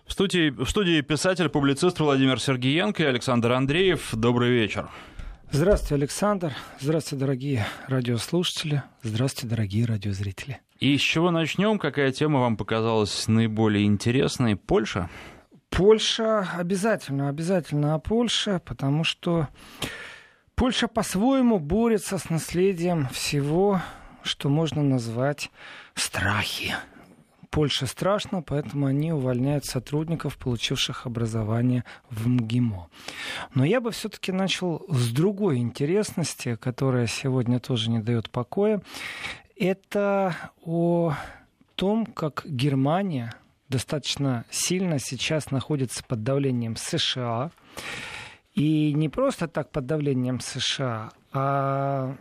В студии писатель-публицист Владимир Сергеенко и Александр Андреев. Добрый вечер. Здравствуйте, Александр. Здравствуйте, дорогие радиослушатели. Здравствуйте, дорогие радиозрители. И с чего начнем? Какая тема вам показалась наиболее интересной? Польша? Польша, обязательно о Польше, потому что Польша по-своему борется с наследием всего, что можно назвать страхи. Польше страшно, поэтому они увольняют сотрудников, получивших образование в МГИМО. Но я бы все-таки начал с другой интересности, которая сегодня тоже не дает покоя. Это о том, как Германия достаточно сильно сейчас находится под давлением США. И не просто так под давлением США, а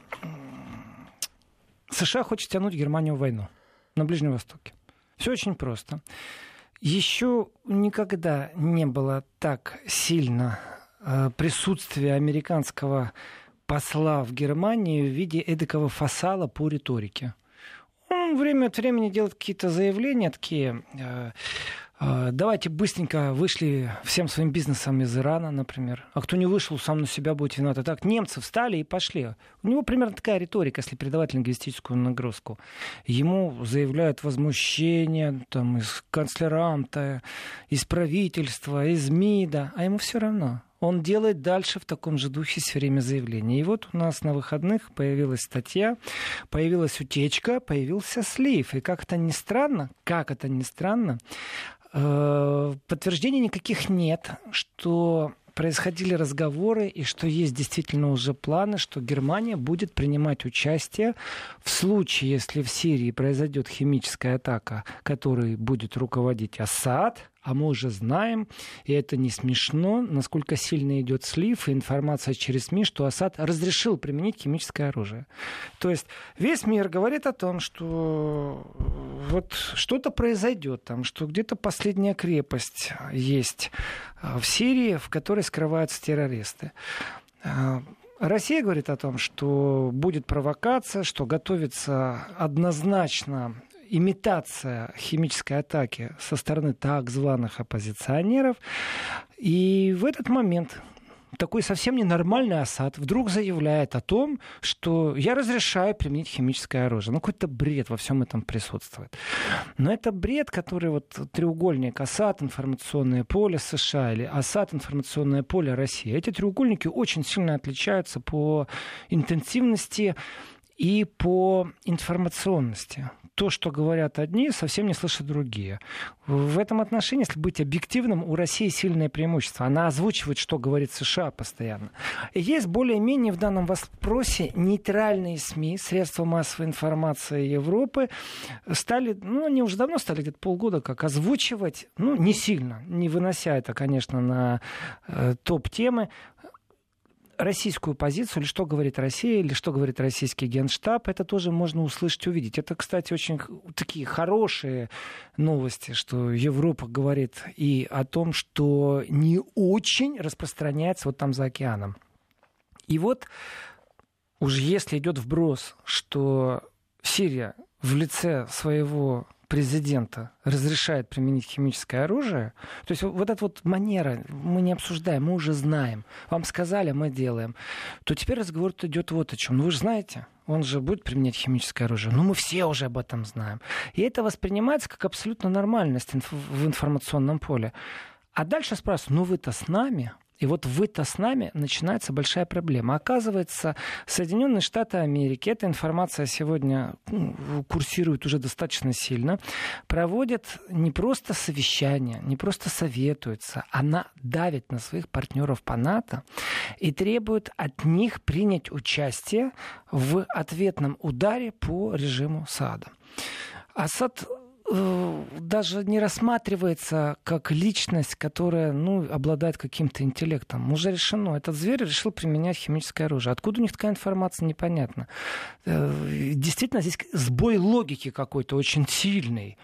США хочет тянуть Германию в войну на Ближнем Востоке. Все очень просто. Еще никогда не было так сильно присутствия американского посла в Германии в виде эдакого фасала по риторике. Он время от времени делает какие-то заявления такие... Давайте быстренько вышли всем своим бизнесом из Ирана, например. А кто не вышел, сам на себя будет виноват. А так немцы встали и пошли. У него примерно такая риторика, если передавать лингвистическую нагрузку. Ему заявляют возмущение там, из канцлерамта, из правительства, из МИДа. А ему все равно. Он делает дальше в таком же духе все время заявления. И вот у нас на выходных появилась статья, появилась утечка, появился слив. И как это ни странно, подтверждений никаких нет, что происходили разговоры и что есть действительно уже планы, что Германия будет принимать участие в случае, если в Сирии произойдет химическая атака, которой будет руководить Асад. А мы уже знаем, и это не смешно, насколько сильно идет слив и информация через СМИ, что Асад разрешил применить химическое оружие. То есть весь мир говорит о том, что вот что-то произойдет там, что где-то последняя крепость есть в Сирии, в которой скрываются террористы. Россия говорит о том, что будет провокация, что готовится однозначно имитация химической атаки со стороны так званых оппозиционеров. И в этот момент такой совсем ненормальный Асад вдруг заявляет о том, что я разрешаю применить химическое оружие. Ну, какой-то бред во всем этом присутствует. Но это бред, который вот треугольник Асад, информационное поле США или Асад, информационное поле России. Эти треугольники очень сильно отличаются по интенсивности и по информационности. То, что говорят одни, совсем не слышат другие. В этом отношении, если быть объективным, у России сильное преимущество. Она озвучивает, что говорит США постоянно. И есть более-менее в данном вопросе нейтральные СМИ, средства массовой информации Европы, стали, они уже давно стали, где-то полгода, как озвучивать, не сильно, не вынося это, конечно, на топ-темы, российскую позицию, или что говорит Россия, или что говорит российский Генштаб, это тоже можно услышать, увидеть. Это, кстати, очень такие хорошие новости, что Европа говорит и о том, что не очень распространяется вот там за океаном. И вот уж если идет вброс, что Сирия в лице своего президента разрешает применить химическое оружие, то есть вот эта вот манера, мы не обсуждаем, мы уже знаем, вам сказали, мы делаем, то теперь разговор идет вот о чем. Вы же знаете, он же будет применять химическое оружие. Мы все уже об этом знаем. И это воспринимается как абсолютно нормальность в информационном поле. А дальше спрашивают, вы-то с нами? И вот вы-то с нами начинается большая проблема. Оказывается, Соединенные Штаты Америки, эта информация сегодня курсирует уже достаточно сильно, проводят не просто совещания, не просто советуются, она давит на своих партнеров по НАТО и требует от них принять участие в ответном ударе по режиму Саада. Асад даже не рассматривается как личность, которая обладает каким-то интеллектом. Уже решено. Этот зверь решил применять химическое оружие. Откуда у них такая информация, непонятно. Действительно, здесь сбой логики какой-то очень сильный.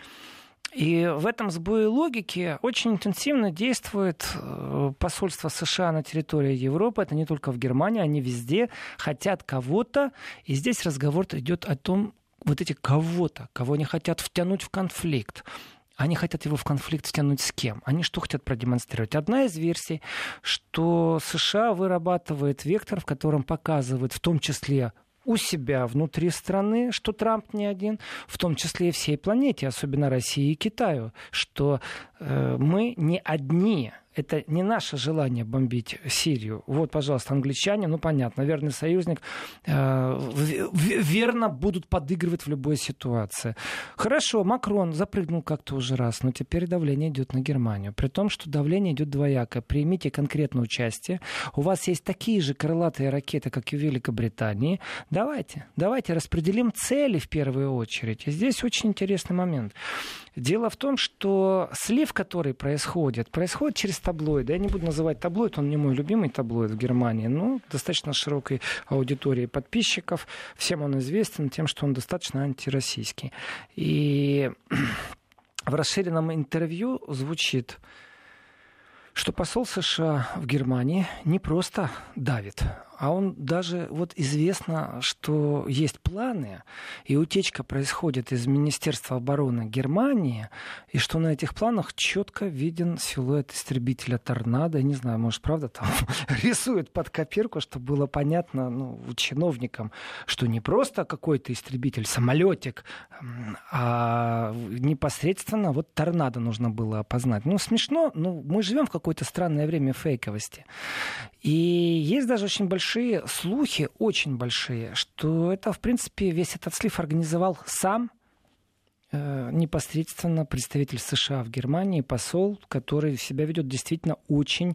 И в этом сбое логики очень интенсивно действует посольство США на территории Европы. Это не только в Германии, они везде хотят кого-то. И здесь разговор идет о том, вот эти кого-то, кого они хотят втянуть в конфликт. Они хотят его в конфликт втянуть с кем? Они что хотят продемонстрировать? Одна из версий, что США вырабатывает вектор, в котором показывает в том числе у себя внутри страны, что Трамп не один, в том числе и всей планете, особенно России и Китаю, что мы не одни. Это не наше желание бомбить Сирию. Вот, пожалуйста, англичане, ну, понятно, верный союзник, верно будут подыгрывать в любой ситуации. Хорошо, Макрон запрыгнул как-то уже раз, но теперь давление идет на Германию. При том, что давление идет двояко. Примите конкретное участие. У вас есть такие же крылатые ракеты, как и в Великобритании. Давайте распределим цели в первую очередь. И здесь очень интересный момент. Дело в том, что слив, который происходит через таблоиды. Я не буду называть таблоид, он не мой любимый таблоид в Германии, но достаточно широкой аудитории подписчиков. Всем он известен тем, что он достаточно антироссийский. И в расширенном интервью звучит, что посол США в Германии не просто давит, а он даже, вот известно, что есть планы, и утечка происходит из Министерства обороны Германии, и что на этих планах четко виден силуэт истребителя «Торнадо». Я не знаю, может, правда, там рисуют под копирку, чтобы было понятно чиновникам, что не просто какой-то истребитель, самолетик, а непосредственно вот «Торнадо» нужно было опознать. Смешно, но мы живем в какое-то странное время фейковости. И есть даже очень большие слухи, очень большие, что это, в принципе, весь этот слив организовал сам непосредственно представитель США в Германии, посол, который себя ведет действительно очень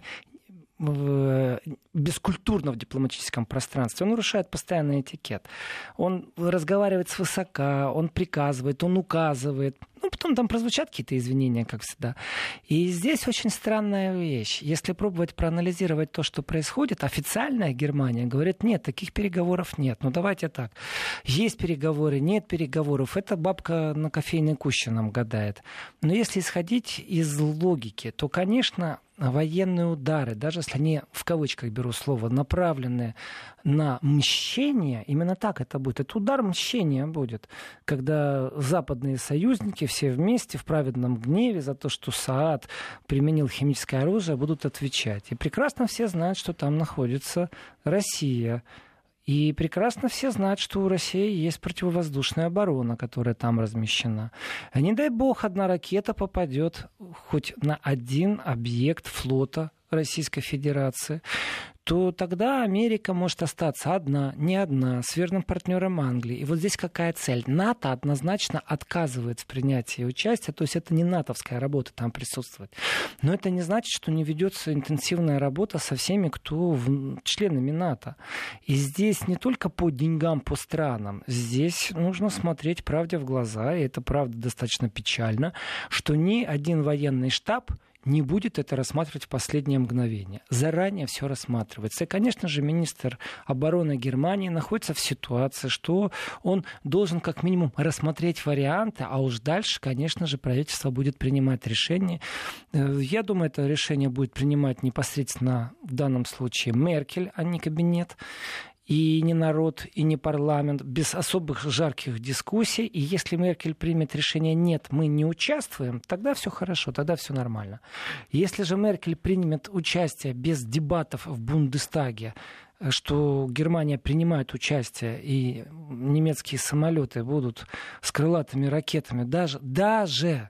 бескультурно в дипломатическом пространстве. Он нарушает постоянно этикет. Он разговаривает свысока, он приказывает, он указывает. Потом там прозвучат какие-то извинения, как всегда. И здесь очень странная вещь. Если пробовать проанализировать то, что происходит, официальная Германия говорит, нет, таких переговоров нет. Давайте так. Есть переговоры, нет переговоров. Это бабка на кофейной куще нам гадает. Но если исходить из логики, то, конечно, военные удары, даже если они, в кавычках беру слово, направленные на мщение, именно так это будет. Это удар мщения будет, когда западные союзники все вместе в праведном гневе за то, что Саад применил химическое оружие, будут отвечать. И прекрасно все знают, что там находится Россия. И прекрасно все знают, что у России есть противовоздушная оборона, которая там размещена. А не дай бог, одна ракета попадет хоть на один объект флота Российской Федерации, то тогда Америка может остаться одна, не одна, с верным партнером Англии. И вот здесь какая цель? НАТО однозначно отказывает в принятии участия, то есть это не натовская работа там присутствовать. Но это не значит, что не ведется интенсивная работа со всеми, кто членами НАТО. И здесь не только по деньгам, по странам. Здесь нужно смотреть правде в глаза, и это правда достаточно печально, что ни один военный штаб не будет это рассматривать в последнее мгновение. Заранее все рассматривается. И, конечно же, министр обороны Германии находится в ситуации, что он должен как минимум рассмотреть варианты, а уж дальше, конечно же, правительство будет принимать решение. Я думаю, это решение будет принимать непосредственно в данном случае Меркель, а не кабинет. И не народ, и не парламент, без особых жарких дискуссий. И если Меркель примет решение «нет, мы не участвуем», тогда все хорошо, тогда все нормально. Если же Меркель примет участие без дебатов в Бундестаге, что Германия принимает участие, и немецкие самолеты будут с крылатыми ракетами даже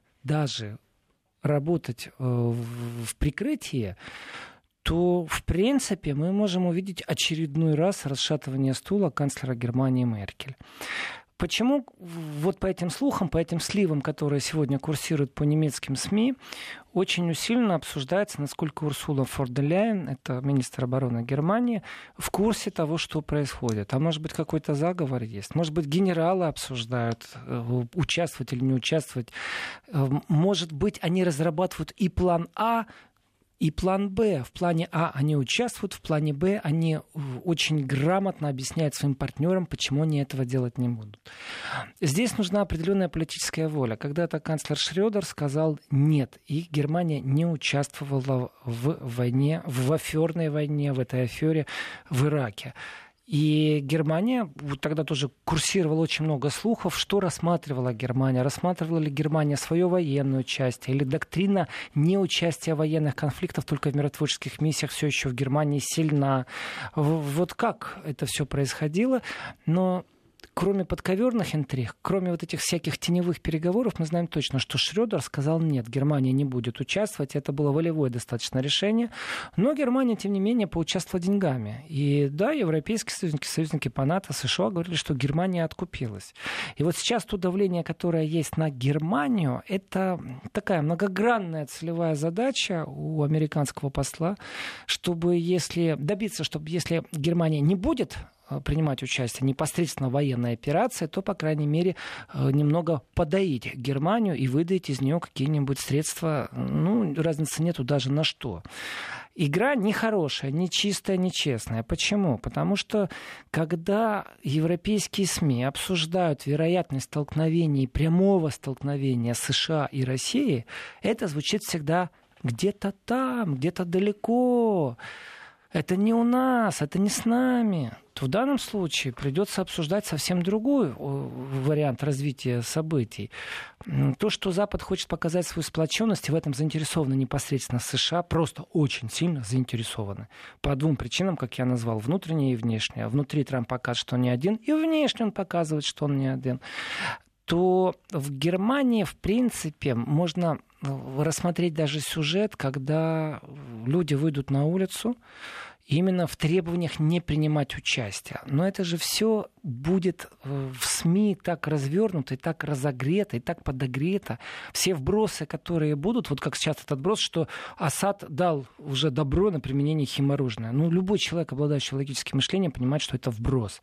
работать в прикрытии, то, в принципе, мы можем увидеть очередной раз расшатывание стула канцлера Германии Меркель. Почему вот по этим слухам, по этим сливам, которые сегодня курсируют по немецким СМИ, очень усиленно обсуждается, насколько Урсула фон дер Ляйен, это министр обороны Германии, в курсе того, что происходит. А может быть, какой-то заговор есть? Может быть, генералы обсуждают, участвовать или не участвовать? Может быть, они разрабатывают и план А, и план «Б». В плане А они участвуют, в плане «Б» они очень грамотно объясняют своим партнерам, почему они этого делать не будут. Здесь нужна определенная политическая воля. Когда-то канцлер Шрёдер сказал «нет», и Германия не участвовала в войне, в аферной войне, в этой афере в Ираке. И Германия, вот тогда тоже курсировало очень много слухов, что рассматривала Германия. Рассматривала ли Германия свое военное участие или доктрина неучастия в военных конфликтах только в миротворческих миссиях все еще в Германии сильна. Вот как это все происходило. Но кроме подковерных интриг, кроме вот этих всяких теневых переговоров, мы знаем точно, что Шрёдер сказал нет, Германия не будет участвовать. Это было волевое достаточно решение. Но Германия, тем не менее, поучаствовала деньгами. И да, европейские союзники, союзники по НАТО, США говорили, что Германия откупилась. И вот сейчас то давление, которое есть на Германию, это такая многогранная целевая задача у американского посла, чтобы если Германия не будет принимать участие непосредственно в военной операции, то, по крайней мере, немного подоить Германию и выдать из нее какие-нибудь средства. Разницы нету даже на что. Игра нехорошая, нечистая, нечестная. Почему? Потому что, когда европейские СМИ обсуждают вероятность столкновений, прямого столкновения США и России, это звучит всегда где-то там, где-то далеко. Это не у нас, это не с нами. То в данном случае придется обсуждать совсем другой вариант развития событий. То, что Запад хочет показать свою сплоченность, и в этом заинтересованы непосредственно США, просто очень сильно заинтересованы. По двум причинам, как я назвал, внутренняя и внешняя. Внутри Трамп показывает, что он не один, и внешне он показывает, что он не один. То в Германии, в принципе, можно рассмотреть даже сюжет, когда люди выйдут на улицу, именно в требованиях не принимать участие. Но это же все будет в СМИ так развернуто, и так разогрето, и так подогрето. Все вбросы, которые будут, вот как сейчас этот вброс, что Асад дал уже добро на применение химоружия. Любой человек, обладающий логическим мышлением, понимает, что это вброс.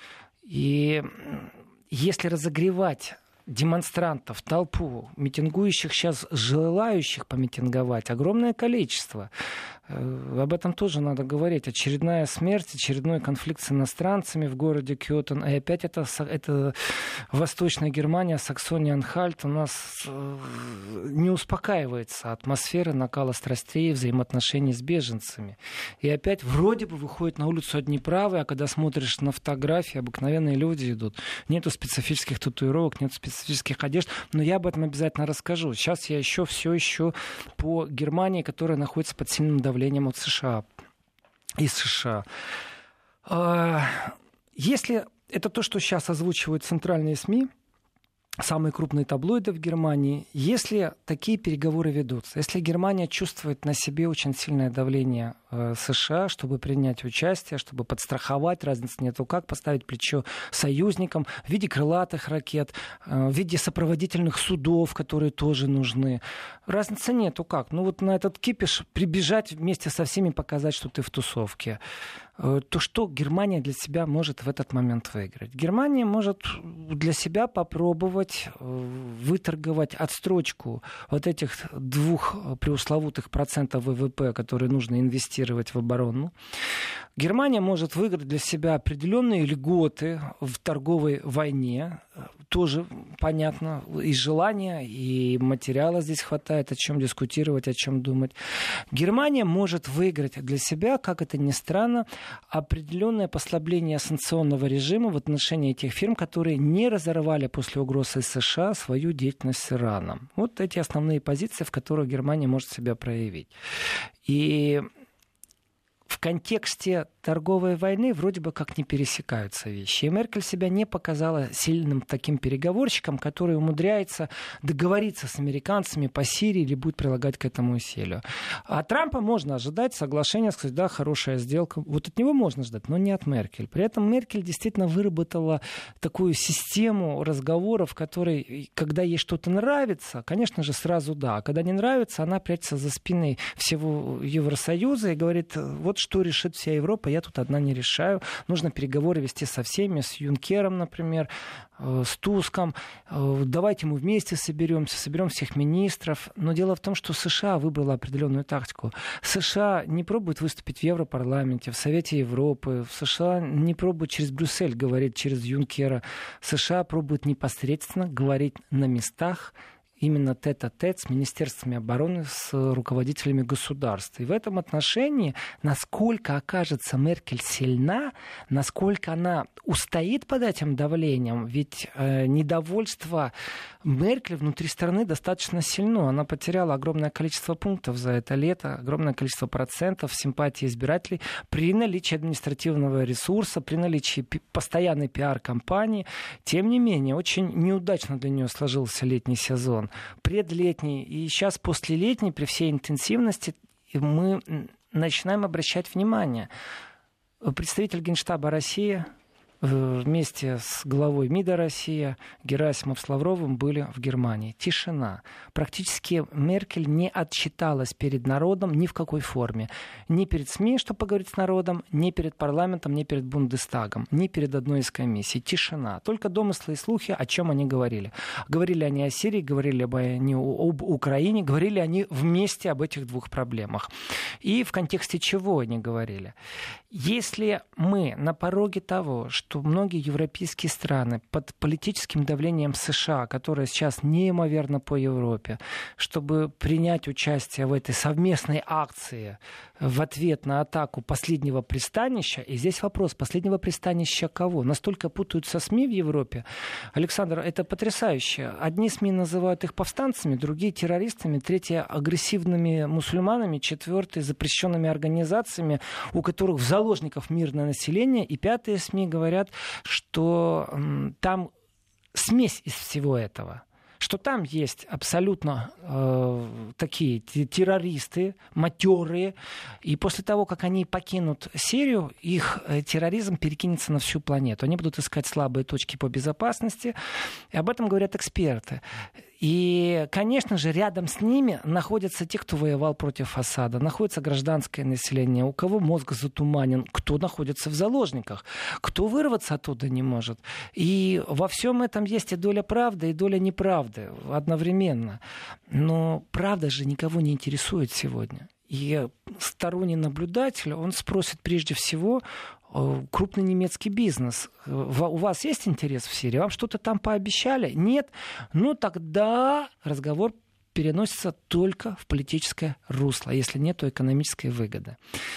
И если разогревать демонстрантов, толпу, митингующих сейчас, желающих помитинговать, огромное количество. Об этом тоже надо говорить. Очередная смерть, очередной конфликт с иностранцами в городе Кётен. И опять это Восточная Германия, Саксония-Анхальт. У нас не успокаивается атмосфера накала страстей, взаимоотношений с беженцами. И опять вроде бы выходят на улицу одни правые, а когда смотришь на фотографии, обыкновенные люди идут. Нету специфических татуировок, нет специфических одежд. Но я об этом обязательно расскажу. Сейчас я все еще по Германии, которая находится под сильным давлением от США. Из США. Если это то, что сейчас озвучивают центральные СМИ, самые крупные таблоиды в Германии, если такие переговоры ведутся, если Германия чувствует на себе очень сильное давление США, чтобы принять участие, чтобы подстраховать, разницы нету как, поставить плечо союзникам в виде крылатых ракет, в виде сопроводительных судов, которые тоже нужны. Разницы нету как. На этот кипиш прибежать вместе со всеми, показать, что ты в тусовке. То что Германия для себя может в этот момент выиграть? Германия может для себя попробовать выторговать отстрочку вот этих 2 преусловутых процентов ВВП, которые нужно инвестировать в оборону. Германия может выиграть для себя определенные льготы в торговой войне. Тоже понятно, и желания, и материала здесь хватает, о чем дискутировать, о чем думать. Германия может выиграть для себя, как это ни странно, определенное послабление санкционного режима в отношении тех фирм, которые не разорвали после угрозы США свою деятельность с Ираном. Вот эти основные позиции, в которых Германия может себя проявить. И в контексте торговой войны вроде бы как не пересекаются вещи. И Меркель себя не показала сильным таким переговорщиком, который умудряется договориться с американцами по Сирии или будет прилагать к этому усилию. От Трампа можно ожидать соглашения, сказать, да, хорошая сделка. Вот от него можно ждать, но не от Меркель. При этом Меркель действительно выработала такую систему разговоров, в которой, когда ей что-то нравится, конечно же, сразу да. А когда не нравится, она прячется за спиной всего Евросоюза и говорит, вот что решит вся Европа, я тут одна не решаю. Нужно переговоры вести со всеми, с Юнкером, например, с Туском. Давайте мы вместе соберем всех министров. Но дело в том, что США выбрала определенную тактику. США не пробуют выступить в Европарламенте, в Совете Европы. В США не пробуют через Брюссель говорить, через Юнкера. США пробуют непосредственно говорить на местах именно тет-а-тет с министерствами обороны, с руководителями государств. И в этом отношении, насколько окажется Меркель сильна, насколько она устоит под этим давлением, ведь недовольство Меркель внутри страны достаточно сильно. Она потеряла огромное количество пунктов за это лето, огромное количество процентов симпатии избирателей при наличии административного ресурса, при наличии постоянной пиар-кампании. Тем не менее, очень неудачно для нее сложился летний сезон, предлетний. И сейчас послелетний, при всей интенсивности, мы начинаем обращать внимание. Представитель Генштаба России вместе с главой МИДа России Герасимов с Лавровым были в Германии. Тишина. Практически Меркель не отчиталась перед народом ни в какой форме. Ни перед СМИ, чтобы поговорить с народом, ни перед парламентом, ни перед Бундестагом, ни перед одной из комиссий. Тишина. Только домыслы и слухи, о чем они говорили. Говорили они о Сирии, говорили они об Украине, говорили они вместе об этих двух проблемах. И в контексте чего они говорили? Если мы на пороге того, что многие европейские страны под политическим давлением США, которое сейчас неимоверно по Европе, чтобы принять участие в этой совместной акции в ответ на атаку последнего пристанища, и здесь вопрос, последнего пристанища кого? Настолько путаются СМИ в Европе. Александр, это потрясающе. Одни СМИ называют их повстанцами, другие террористами, третьи агрессивными мусульманами, четвертые запрещенными организациями, у которых в заложниках мирное население, и пятые СМИ говорят, что там смесь из всего этого. Что там есть абсолютно такие террористы, матерые, и после того, как они покинут Сирию, их терроризм перекинется на всю планету. Они будут искать слабые точки по безопасности, и об этом говорят эксперты. И, конечно же, рядом с ними находятся те, кто воевал против Асада, находится гражданское население, у кого мозг затуманен, кто находится в заложниках, кто вырваться оттуда не может. И во всем этом есть и доля правды, и доля неправды одновременно. Но правда же никого не интересует сегодня. И сторонний наблюдатель, он спросит прежде всего крупный немецкий бизнес. У вас есть интерес в Сирии? Вам что-то там пообещали? Нет? Ну тогда разговор переносится только в политическое русло, если нет, то экономической выгоды.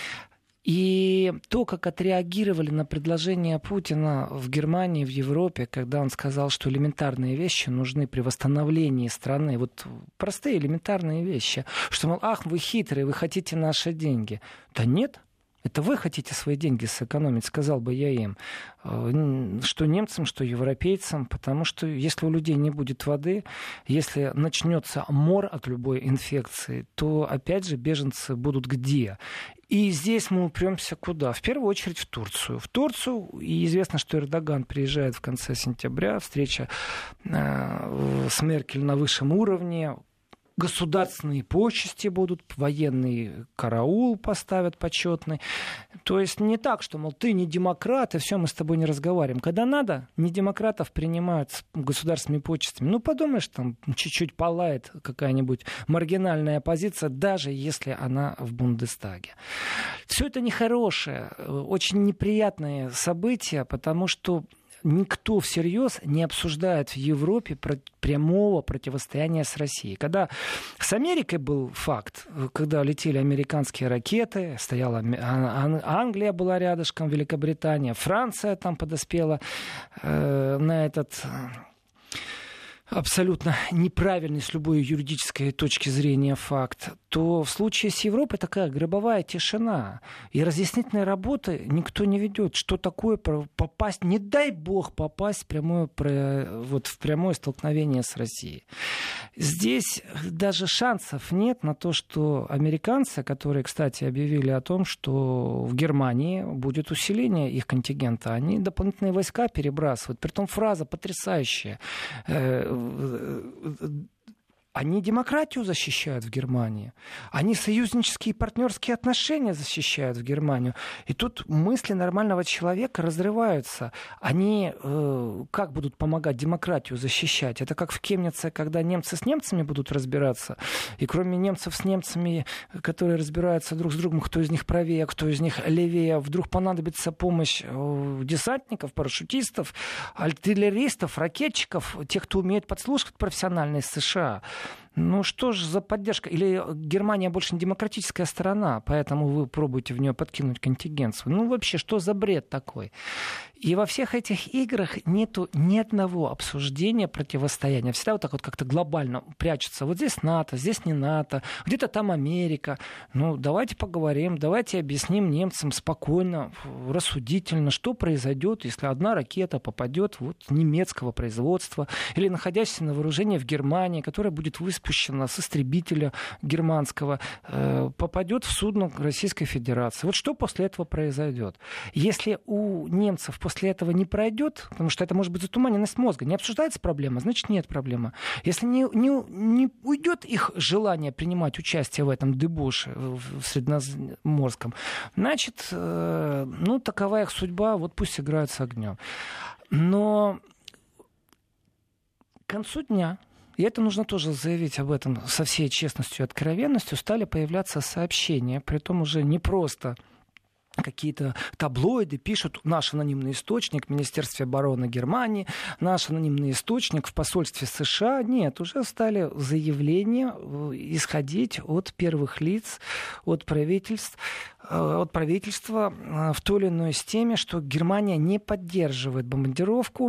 И то, как отреагировали на предложение Путина в Германии, в Европе, когда он сказал, что элементарные вещи нужны при восстановлении страны, вот простые элементарные вещи, что, мол, ах, вы хитрые, вы хотите наши деньги. Да нет. Это вы хотите свои деньги сэкономить, сказал бы я им, что немцам, что европейцам, потому что если у людей не будет воды, если начнется мор от любой инфекции, то опять же беженцы будут где? И здесь мы упремся куда? В первую очередь в Турцию. В Турцию, и известно, что Эрдоган приезжает в конце сентября, встреча с Меркель на высшем уровне, государственные почести будут, военный караул поставят почетный. То есть не так, что, мол, ты не демократ, и все, мы с тобой не разговариваем. Когда надо, не демократов принимают с государственными почестями. Ну, подумаешь, там чуть-чуть палает какая-нибудь маргинальная оппозиция, даже если она в Бундестаге. Все это нехорошее, очень неприятное событие, потому что никто всерьез не обсуждает в Европе прямого противостояния с Россией. Когда с Америкой был факт, когда летели американские ракеты, стояла Англия была рядышком, Великобритания, Франция там подоспела на этот абсолютно неправильный с любой юридической точки зрения факт, то в случае с Европой такая гробовая тишина. И разъяснительной работы никто не ведет. Что такое попасть, не дай бог попасть в прямое столкновение с Россией. Здесь даже шансов нет на то, что американцы, которые, кстати, объявили о том, что в Германии будет усиление их контингента, они дополнительные войска перебрасывают. Притом фраза потрясающая. Они демократию защищают в Германии. Они союзнические и партнерские отношения защищают в Германии. И тут мысли нормального человека разрываются. Они как будут помогать демократию защищать? Это как в Кемнице, когда немцы с немцами будут разбираться. И кроме немцев с немцами, которые разбираются друг с другом, кто из них правее, кто из них левее, вдруг понадобится помощь десантников, парашютистов, артиллеристов, ракетчиков, тех, кто умеет подслушивать профессионально из США. Ну что ж за поддержка? Или Германия больше не демократическая страна, поэтому вы пробуете в нее подкинуть контингенцию? Ну вообще, что за бред такой? И во всех этих играх нету ни одного обсуждения противостояния. Всегда вот так вот как-то глобально прячутся. Вот здесь НАТО, здесь не НАТО, где-то там Америка. Ну давайте поговорим, давайте объясним немцам спокойно, рассудительно, что произойдет, если одна ракета попадет вот немецкого производства или находящаяся на вооружении в Германии, которая будет выпущена с истребителя германского, попадет в судно Российской Федерации. Вот что после этого произойдет? Если у немцев после этого не пройдет, потому что это может быть затуманенность мозга, не обсуждается проблема, значит нет проблемы. Если не уйдет их желание принимать участие в этом дебоше в Средиземноморском, значит, такова их судьба, вот пусть играют с огнем. Но к концу дня, и это нужно тоже заявить об этом со всей честностью и откровенностью, стали появляться сообщения, притом уже не просто какие-то таблоиды пишут, наш анонимный источник в Министерстве обороны Германии, наш анонимный источник в посольстве США. Нет, уже стали заявления исходить от первых лиц, от правительства в той или иной стеме, что Германия не поддерживает бомбардировку,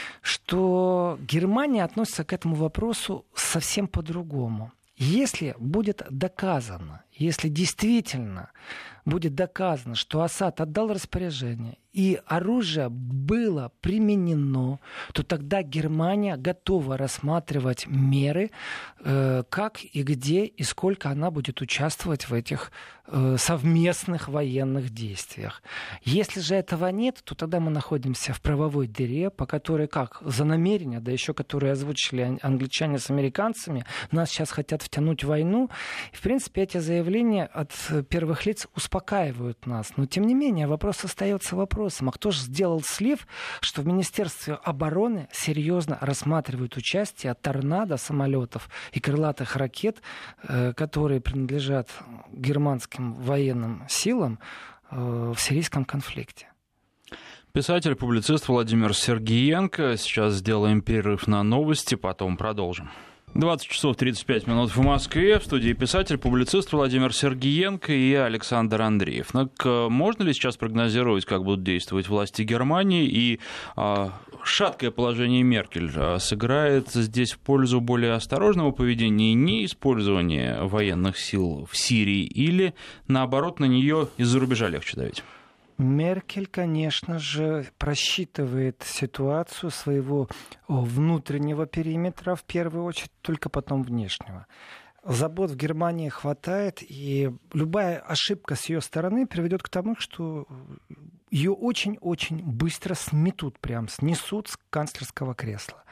что Германия относится к этому вопросу совсем по-другому. Если будет доказано, если действительно будет доказано, что Асад отдал распоряжение и оружие было применено, то тогда Германия готова рассматривать меры, как и где и сколько она будет участвовать в этих совместных военных действиях. Если же этого нет, то тогда мы находимся в правовой дыре, по которой как за намерения, да еще которые озвучили англичане с американцами, нас сейчас хотят втянуть в войну. И, в принципе, эти заявления от первых лиц успокаивают нас. Но, тем не менее, вопрос остается вопросом. А кто же сделал слив, что в Министерстве обороны серьезно рассматривают участие торнадо самолетов и крылатых ракет, которые принадлежат германским военным силам в сирийском конфликте? Писатель, публицист Владимир Сергиенко. Сейчас сделаем перерыв на новости, потом продолжим. 20 часов 35 минут в Москве. В студии писатель, публицист Владимир Сергиенко и Александр Андреев. Можно ли сейчас прогнозировать, как будут действовать власти Германии, и шаткое положение Меркель сыграет здесь в пользу более осторожного поведения и неиспользования военных сил в Сирии, или, наоборот, на нее из-за рубежа легче давить? Меркель, конечно же, просчитывает ситуацию своего внутреннего периметра, в первую очередь, только потом внешнего. Забот в Германии хватает, и любая ошибка с ее стороны приведет к тому, что ее очень-очень быстро сметут, прям снесут с канцлерского кресла.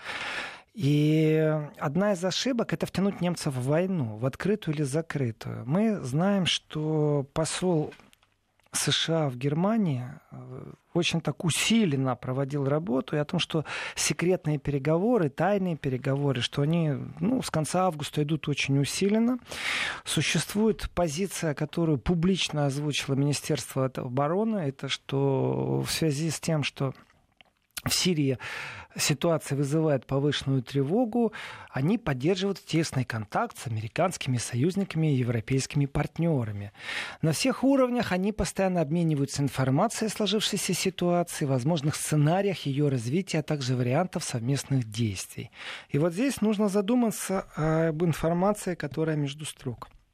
И одна из ошибок — это втянуть немцев в войну, в открытую или закрытую. Мы знаем, что посол США в Германии очень так усиленно проводил работу, и о том, что секретные переговоры, тайные переговоры, что они с конца августа идут очень усиленно. Существует позиция, которую публично озвучило Министерство обороны, это что в связи с тем, что в Сирии ситуация вызывает повышенную тревогу, они поддерживают тесный контакт с американскими союзниками и европейскими партнерами. На всех уровнях они постоянно обмениваются информацией о сложившейся ситуации, возможных сценариях ее развития, а также вариантов совместных действий. И вот здесь нужно задуматься об информации, которая между строк.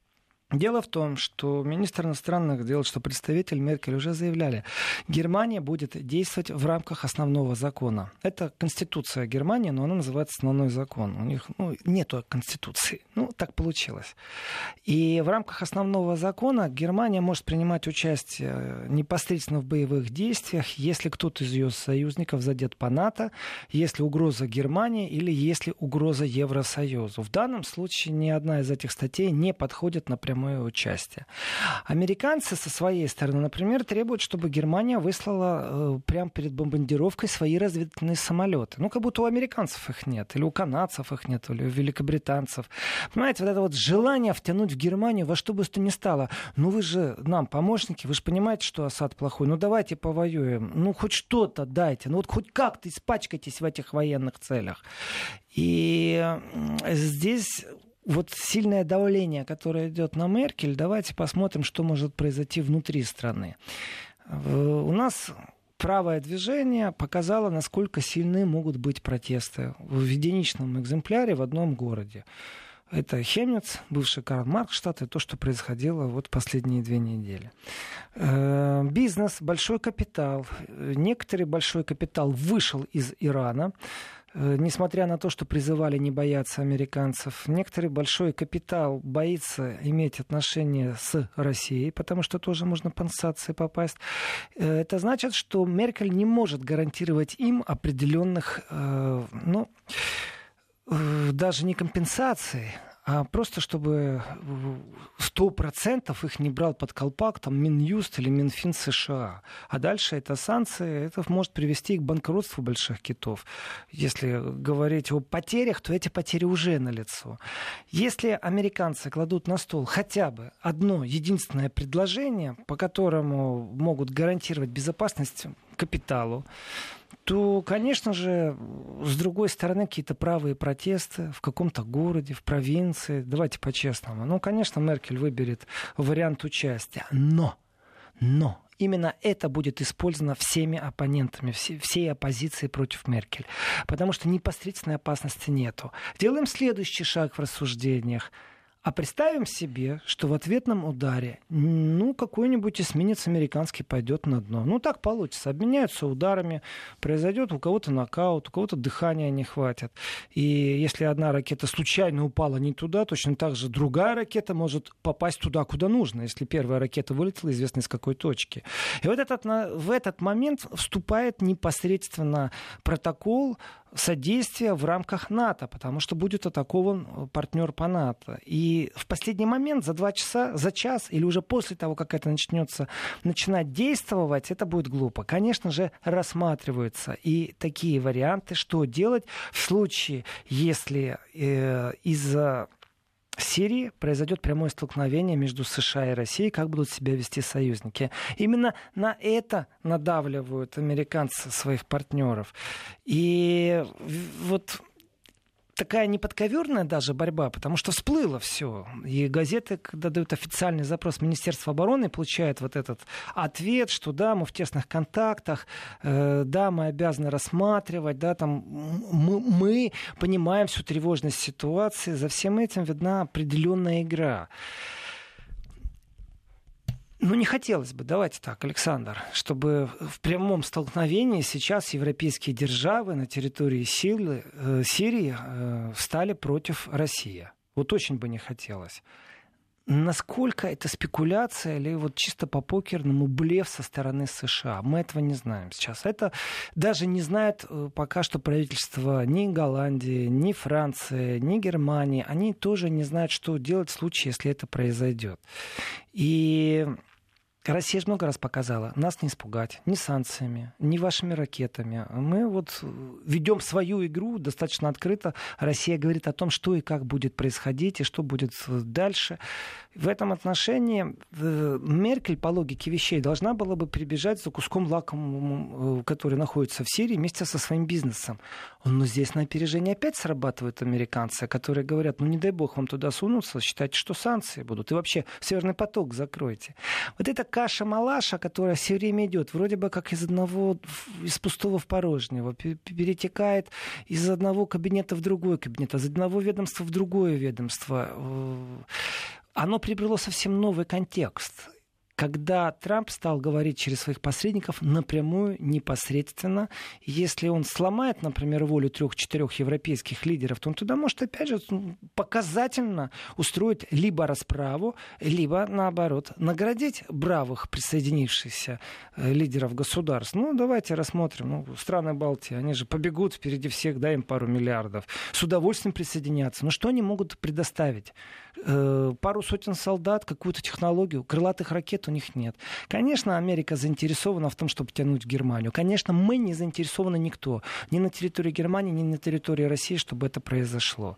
Дело в том, что министр иностранных дел, что представитель Меркель уже заявляли, Германия будет действовать в рамках основного закона. Это Конституция Германии, но она называется основной закон. У них нету Конституции. Так получилось. И в рамках основного закона Германия может принимать участие непосредственно в боевых действиях, если кто-то из ее союзников задет по НАТО, если угроза Германии или если угроза Евросоюзу. В данном случае ни одна из этих статей не подходит на прямое участие. Американцы со своей стороны, например, требуют, чтобы Германия выслала прямо перед бомбардировкой свои разведывательные самолеты. Как будто у американцев их нет, или у канадцев их нет, или у великобританцев. Понимаете, вот это вот желание втянуть в Германию во что бы то ни стало. Вы же нам помощники, вы же понимаете, что Асад плохой. Давайте повоюем. Хоть что-то дайте. Хоть как-то испачкайтесь в этих военных целях. И здесь сильное давление, которое идет на Меркель, давайте посмотрим, что может произойти внутри страны. У нас правое движение показало, насколько сильны могут быть протесты в единичном экземпляре в одном городе. Это Хемниц, бывший Карл-Маркс-штадт, и то, что происходило последние 2 недели. Бизнес, большой капитал. Некоторый большой капитал вышел из Ирана, несмотря на то, что призывали не бояться американцев. Некоторый большой капитал боится иметь отношения с Россией, потому что тоже можно под санкции попасть. Это значит, что Меркель не может гарантировать им определенных, даже не компенсации, а просто чтобы 100% их не брал под колпак Минюст или Минфин США. А дальше это санкции, это может привести к банкротству больших китов. Если говорить о потерях, то эти потери уже налицо. Если американцы кладут на стол хотя бы одно единственное предложение, по которому могут гарантировать безопасность капиталу, то, конечно же, с другой стороны, какие-то правые протесты в каком-то городе, в провинции. Давайте по-честному. Конечно, Меркель выберет вариант участия. Но именно это будет использовано всеми оппонентами, всей оппозицией против Меркель. Потому что непосредственной опасности нету. Делаем следующий шаг в рассуждениях. А представим себе, что в ответном ударе какой-нибудь эсминец американский пойдет на дно. Так получится. Обменяются ударами, произойдет у кого-то нокаут, у кого-то дыхания не хватит. И если одна ракета случайно упала не туда, точно так же другая ракета может попасть туда, куда нужно, если первая ракета вылетела, известно из какой точки. И в этот момент вступает непосредственно протокол содействия в рамках НАТО, потому что будет атакован партнер по НАТО. И в последний момент, за 2 часа, за час, или уже после того, как это начинать действовать, это будет глупо. Конечно же, рассматриваются и такие варианты, что делать в случае, если из-за Сирии произойдет прямое столкновение между США и Россией, как будут себя вести союзники. Именно на это надавливают американцы своих партнеров. И такая неподковерная даже борьба, потому что всплыло все. И газеты, когда дают официальный запрос Министерства обороны, получают этот ответ, что да, мы в тесных контактах, да, мы обязаны рассматривать, да, мы понимаем всю тревожность ситуации. За всем этим видна определенная игра. Не хотелось бы, давайте так, Александр, чтобы в прямом столкновении сейчас европейские державы на территории Сирии встали против России. Очень бы не хотелось. Насколько это спекуляция или чисто по-покерному блеф со стороны США? Мы этого не знаем сейчас. Это даже не знает пока что правительство ни Голландии, ни Франции, ни Германии. Они тоже не знают, что делать в случае, если это произойдет. И Россия же много раз показала, нас не испугать ни санкциями, ни вашими ракетами. Мы ведем свою игру достаточно открыто. Россия говорит о том, что и как будет происходить, и что будет дальше. В этом отношении Меркель, по логике вещей, должна была бы прибежать за куском лакомым, который находится в Сирии, вместе со своим бизнесом. Но здесь на опережение опять срабатывают американцы, которые говорят, не дай бог вам туда сунуться, считайте, что санкции будут. И вообще Северный поток закройте. Это каша-малаша, которая все время идет, вроде бы как из пустого в порожнего, перетекает из одного кабинета в другой кабинет, из одного ведомства в другое ведомство. оно приобрело совсем новый контекст. Когда Трамп стал говорить через своих посредников напрямую, непосредственно, если он сломает, например, волю 3-4 европейских лидеров, то он туда может, опять же, показательно устроить либо расправу, либо, наоборот, наградить бравых присоединившихся лидеров государств. Ну, давайте рассмотрим. Страны Балтии, они же побегут впереди всех, дай им пару миллиардов. С удовольствием присоединятся. Но что они могут предоставить? Пару сотен солдат, какую-то технологию, крылатых ракет у них нет. Конечно, Америка заинтересована в том, чтобы тянуть Германию. Конечно, мы не заинтересованы никто. Ни на территории Германии, ни на территории России, чтобы это произошло.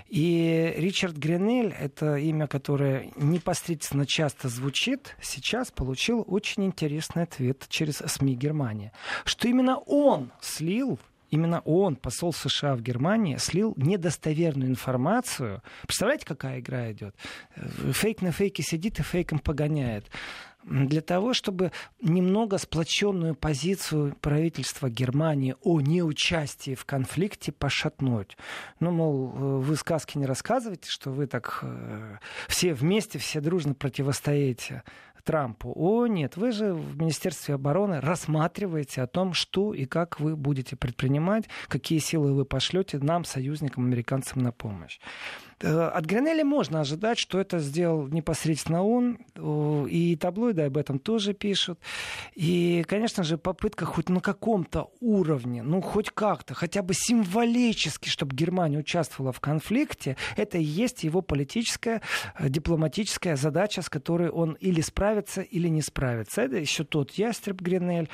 И Ричард Гренель, это имя, которое непосредственно часто звучит, сейчас получил очень интересный ответ через СМИ Германии. Что именно он слил, именно он, посол США в Германии, слил недостоверную информацию. Представляете, какая игра идет? Фейк на фейке сидит и фейком погоняет. Для того, чтобы немного сплоченную позицию правительства Германии о неучастии в конфликте пошатнуть. Ну, мол, вы сказки не рассказываете, что вы так все вместе, все дружно противостоите Трампу. О, нет, вы же в Министерстве обороны рассматриваете о том, что и как вы будете предпринимать, какие силы вы пошлете нам, союзникам, американцам на помощь. От Гренеля можно ожидать, что это сделал непосредственно он, и таблоиды об этом тоже пишут. И, конечно же, попытка хоть на каком-то уровне, ну, хоть как-то, хотя бы символически, чтобы Германия участвовала в конфликте, это и есть его политическая, дипломатическая задача, с которой он или справится, или не справится. Это еще тот ястреб Гренель,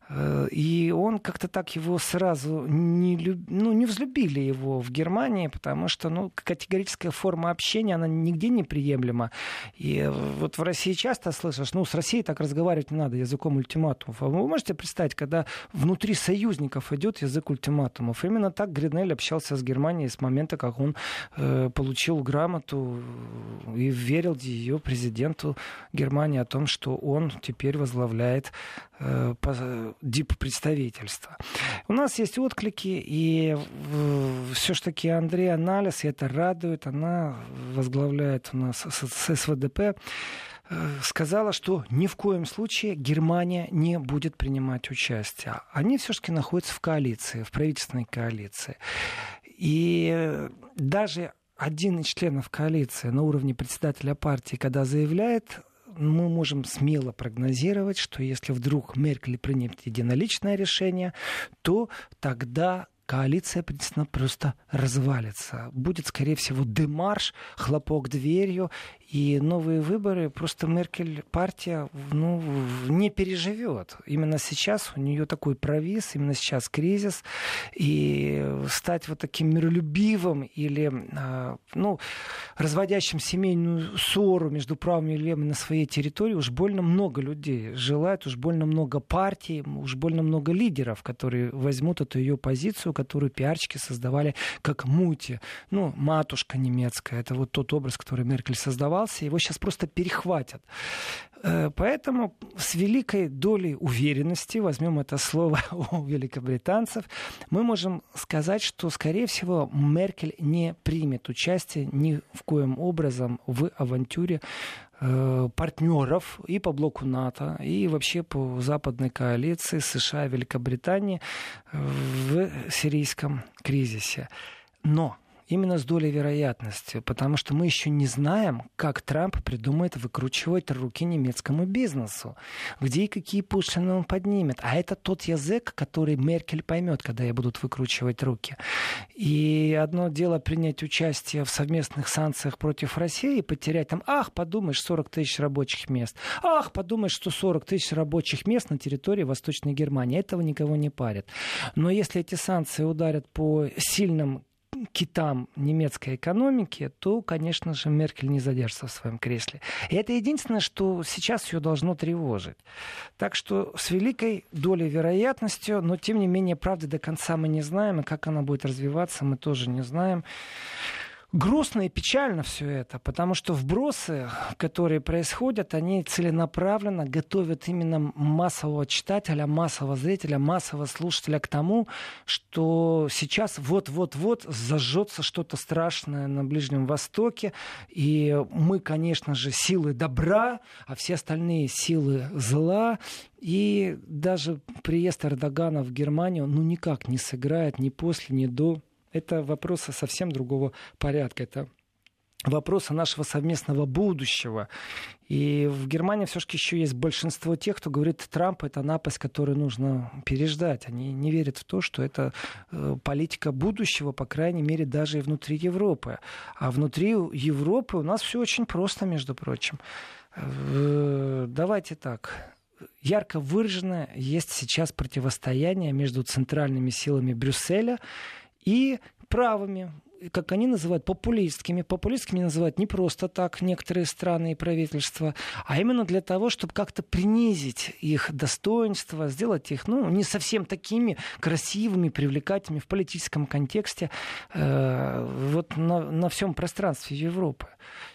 и он как-то так его сразу не взлюбили его в Германии, потому что, категорическая форма общения, она нигде не приемлема. И вот в России часто слышишь, с Россией так разговаривать не надо языком ультиматумов. А вы можете представить, когда внутри союзников идет язык ультиматумов? Именно так Гренель общался с Германией с момента, как он получил грамоту и верил ее президенту Германии о том, что он теперь возглавляет диппредставительство. У нас есть отклики, и все-таки Андреа Налес, и это радует, она возглавляет у нас с СВДП, сказала, что ни в коем случае Германия не будет принимать участие. Они все-таки находятся в коалиции, в правительственной коалиции. И даже один из членов коалиции на уровне председателя партии, когда заявляет, мы можем смело прогнозировать, что если вдруг Меркель примет единоличное решение, то тогда коалиция просто развалится. Будет, скорее всего, демарш, хлопок дверью, и новые выборы просто Меркель партия не переживет. Именно сейчас у нее такой провис, именно сейчас кризис, и стать вот таким миролюбивым или разводящим семейную ссору между правыми и левыми на своей территории уж больно много людей желает, уж больно много партий, уж больно много лидеров, которые возьмут эту ее позицию, которую пиарщики создавали как мути. Матушка немецкая, это вот тот образ, который Меркель создавался, его сейчас просто перехватят. Поэтому с великой долей уверенности, возьмем это слово у великобританцев, мы можем сказать, что, скорее всего, Меркель не примет участие ни в коем образом в авантюре партнеров и по блоку НАТО, и вообще по западной коалиции США и Великобритании в сирийском кризисе. Но именно с долей вероятности, потому что мы еще не знаем, как Трамп придумает выкручивать руки немецкому бизнесу, где и какие пошлины он поднимет. А это тот язык, который Меркель поймет, когда ей будут выкручивать руки. И одно дело принять участие в совместных санкциях против России и потерять там, подумаешь, 40 тысяч рабочих мест. Подумаешь, что 40 тысяч рабочих мест на территории Восточной Германии. Этого никого не парит. Но если эти санкции ударят по сильным китам немецкой экономики, то, конечно же, Меркель не задержится в своем кресле. И это единственное, что сейчас ее должно тревожить. Так что с великой долей вероятностью, но, тем не менее, правды до конца мы не знаем, и как она будет развиваться, мы тоже не знаем. Грустно и печально все это, потому что вбросы, которые происходят, они целенаправленно готовят именно массового читателя, массового зрителя, массового слушателя к тому, что сейчас вот-вот-вот зажжется что-то страшное на Ближнем Востоке, и мы, конечно же, силы добра, а все остальные силы зла, и даже приезд Эрдогана в Германию никак не сыграет ни после, ни до. Это вопросы совсем другого порядка. Это вопросы нашего совместного будущего. И в Германии все-таки еще есть большинство тех, кто говорит, Трамп — это напасть, которую нужно переждать. Они не верят в то, что это политика будущего, по крайней мере, даже и внутри Европы. А внутри Европы у нас все очень просто, между прочим. Давайте так. Ярко выраженное есть сейчас противостояние между центральными силами Брюсселя и правыми, как они называют, популистскими. Популистскими называют не просто так некоторые страны и правительства, а именно для того, чтобы как-то принизить их достоинство, сделать их не совсем такими красивыми, привлекательными в политическом контексте на всем пространстве Европы.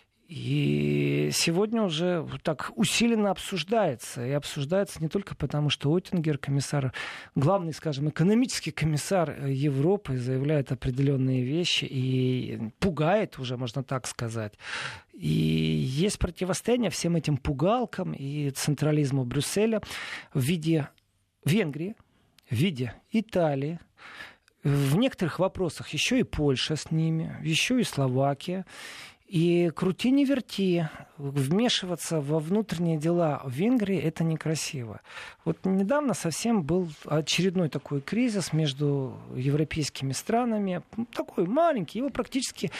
И сегодня уже так усиленно обсуждается. И обсуждается не только потому, что Оттингер, комиссар, главный, скажем, экономический комиссар Европы, заявляет определенные вещи и пугает уже, можно так сказать. И есть противостояние всем этим пугалкам и централизму Брюсселя в виде Венгрии, в виде Италии, в некоторых вопросах еще и Польша с ними, еще и Словакия. И крути не верти, вмешиваться во внутренние дела в Венгрии — это некрасиво. Вот недавно совсем был очередной такой кризис между европейскими странами, такой маленький, его практически,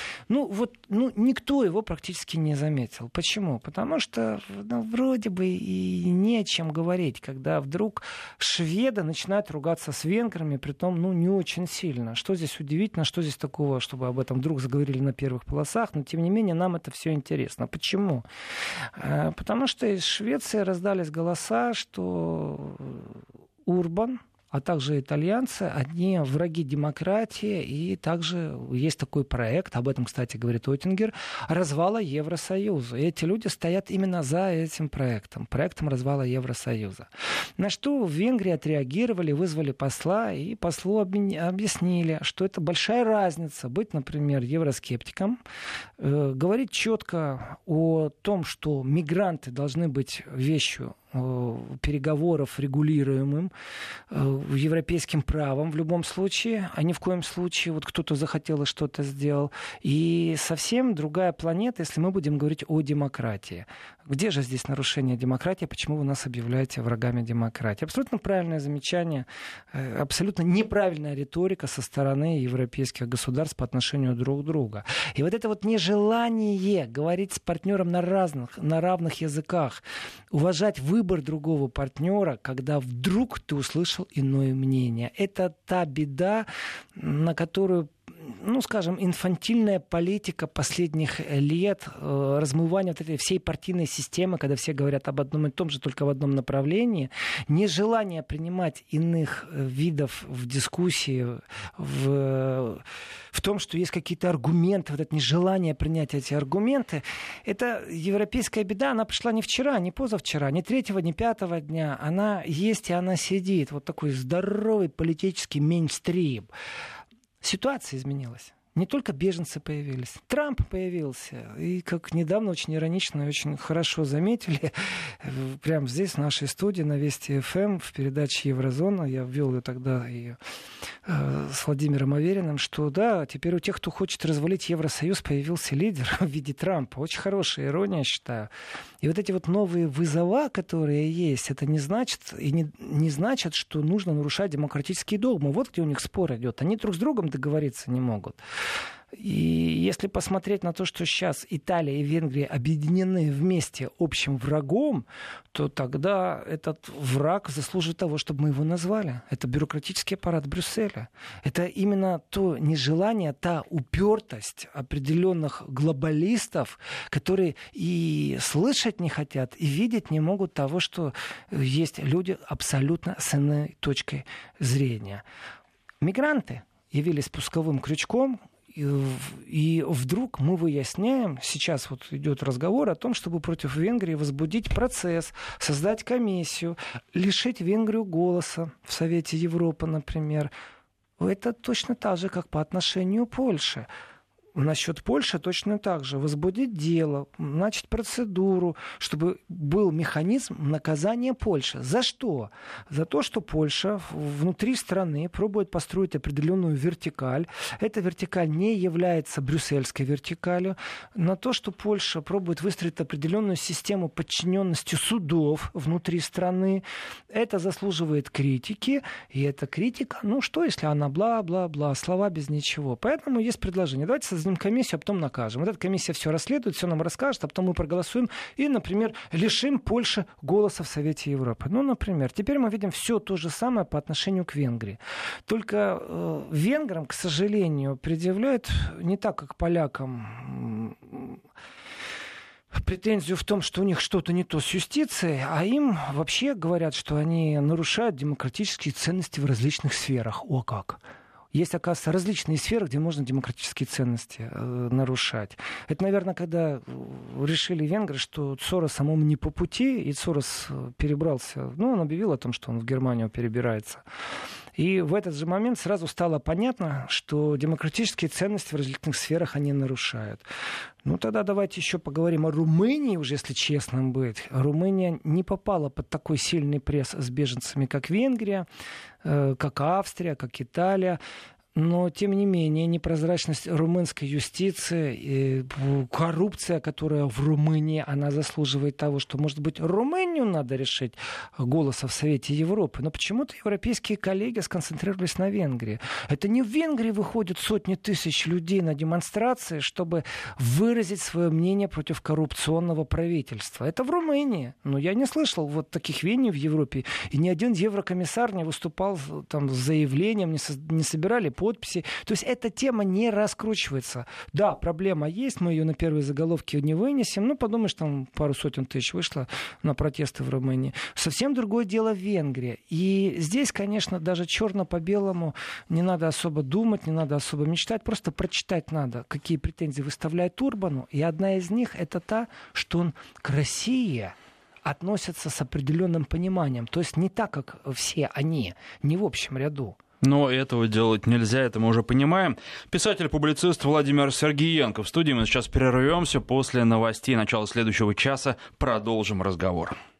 никто его практически не заметил. Почему? Потому что вроде бы и не о чем говорить, когда вдруг шведы начинают ругаться с венграми, притом, не очень сильно. Что здесь удивительно, что здесь такого, чтобы об этом вдруг заговорили на первых полосах, но тем не менее нам это все интересно. Почему? Потому что из Швеции раздались голоса, что Урбан, а также итальянцы, они враги демократии, и также есть такой проект, об этом, кстати, говорит Оттингер, развала Евросоюза. И эти люди стоят именно за этим проектом развала Евросоюза. На что в Венгрии отреагировали, вызвали посла, и послу объяснили, что это большая разница быть, например, евроскептиком, говорить четко о том, что мигранты должны быть вещью переговоров регулируемым европейским правом в любом случае, а ни в коем случае вот кто-то захотел и что-то сделал. И совсем другая планета, если мы будем говорить о демократии. Где же здесь нарушение демократии? Почему вы нас объявляете врагами демократии? Абсолютно правильное замечание, абсолютно неправильная риторика со стороны европейских государств по отношению друг к другу. И вот это вот нежелание говорить с партнером на равных языках, уважать выбор другого партнера, когда вдруг ты услышал иное мнение. Это та беда, на которую, скажем, инфантильная политика последних лет, размывание вот этой всей партийной системы, когда все говорят об одном и том же, только в одном направлении, нежелание принимать иных видов в дискуссии, в том, что есть какие-то аргументы, вот это нежелание принять эти аргументы, это европейская беда, она пришла не вчера, не позавчера, не 3-го, не 5-го дня, она есть и она сидит, вот такой здоровый политический мейнстрим. Ситуация изменилась. Не только беженцы появились. Трамп появился. И, как недавно очень иронично и очень хорошо заметили, прямо здесь, в нашей студии, на Вести ФМ, в передаче «Еврозона», я ввел ее тогда и с Владимиром Авериным, что да, теперь у тех, кто хочет развалить Евросоюз, появился лидер в виде Трампа. Очень хорошая ирония, я считаю. И вот эти вот новые вызова, которые есть, это не значит, не значит, что нужно нарушать демократические догмы. Вот где у них спор идет. Они друг с другом договориться не могут. И если посмотреть на то, что сейчас Италия и Венгрия объединены вместе общим врагом, то тогда этот враг заслужит того, чтобы мы его назвали. Это бюрократический аппарат Брюсселя. Это именно то нежелание, та упертость определенных глобалистов, которые и слышать не хотят, и видеть не могут того, что есть люди абсолютно с иной точкой зрения. Мигранты явились пусковым крючком, И вдруг мы выясняем, сейчас вот идет разговор о том, чтобы против Венгрии возбудить процесс, создать комиссию, лишить Венгрию голоса в Совете Европы, например. Это точно так же, как по отношению к Польше. Насчет Польши точно так же. Возбудить дело, начать процедуру, чтобы был механизм наказания Польши. За что? За то, что Польша внутри страны пробует построить определенную вертикаль. Эта вертикаль не является брюссельской вертикалью. На то, что Польша пробует выстроить определенную систему подчиненности судов внутри страны. Это заслуживает критики. И эта критика, ну что, если она бла-бла-бла, слова без ничего. Поэтому есть предложение. Давайте создадим комиссию, а потом накажем. Вот эта комиссия все расследует, все нам расскажет, а потом мы проголосуем и, например, лишим Польши голоса в Совете Европы. Ну, например, теперь мы видим все то же самое по отношению к Венгрии. Только венграм, к сожалению, предъявляют не так, как полякам, претензию в том, что у них что-то не то с юстицией, а им вообще говорят, что они нарушают демократические ценности в различных сферах. О как! Есть, оказывается, различные сферы, где можно демократические ценности нарушать. Это, наверное, когда решили венгры, что Сорос самому не по пути, и Сорос перебрался. Ну, он объявил о том, что он в Германию перебирается. И в этот же момент сразу стало понятно, что демократические ценности в различных сферах они нарушают. Ну, тогда давайте еще поговорим о Румынии, уже если честным быть. Румыния не попала под такой сильный пресс с беженцами, как Венгрия, как Австрия, как Италия. Но, тем не менее, непрозрачность румынской юстиции, коррупция, которая в Румынии, она заслуживает того, что, может быть, Румынию надо решить голоса в Совете Европы. Но почему-то европейские коллеги сконцентрировались на Венгрии. Это не в Венгрии выходят сотни тысяч людей на демонстрации, чтобы выразить свое мнение против коррупционного правительства. Это в Румынии. Но я не слышал вот таких веяний в Европе. И ни один еврокомиссар не выступал там с заявлением, не собирали подписи. То есть эта тема не раскручивается. Да, проблема есть, мы ее на первые заголовки не вынесем. Ну, подумаешь, там пару сотен тысяч вышло на протесты в Румынии. Совсем другое дело в Венгрии. И здесь, конечно, даже черно по белому не надо особо думать, не надо особо мечтать. Просто прочитать надо, какие претензии выставляет Урбану. И одна из них это та, что он к России относится с определенным пониманием. То есть не так, как все они, не в общем ряду. Но этого делать нельзя, это мы уже понимаем. Писатель-публицист Владимир Сергиенко в студии. Мы сейчас прервемся. После новостей начала следующего часа продолжим разговор.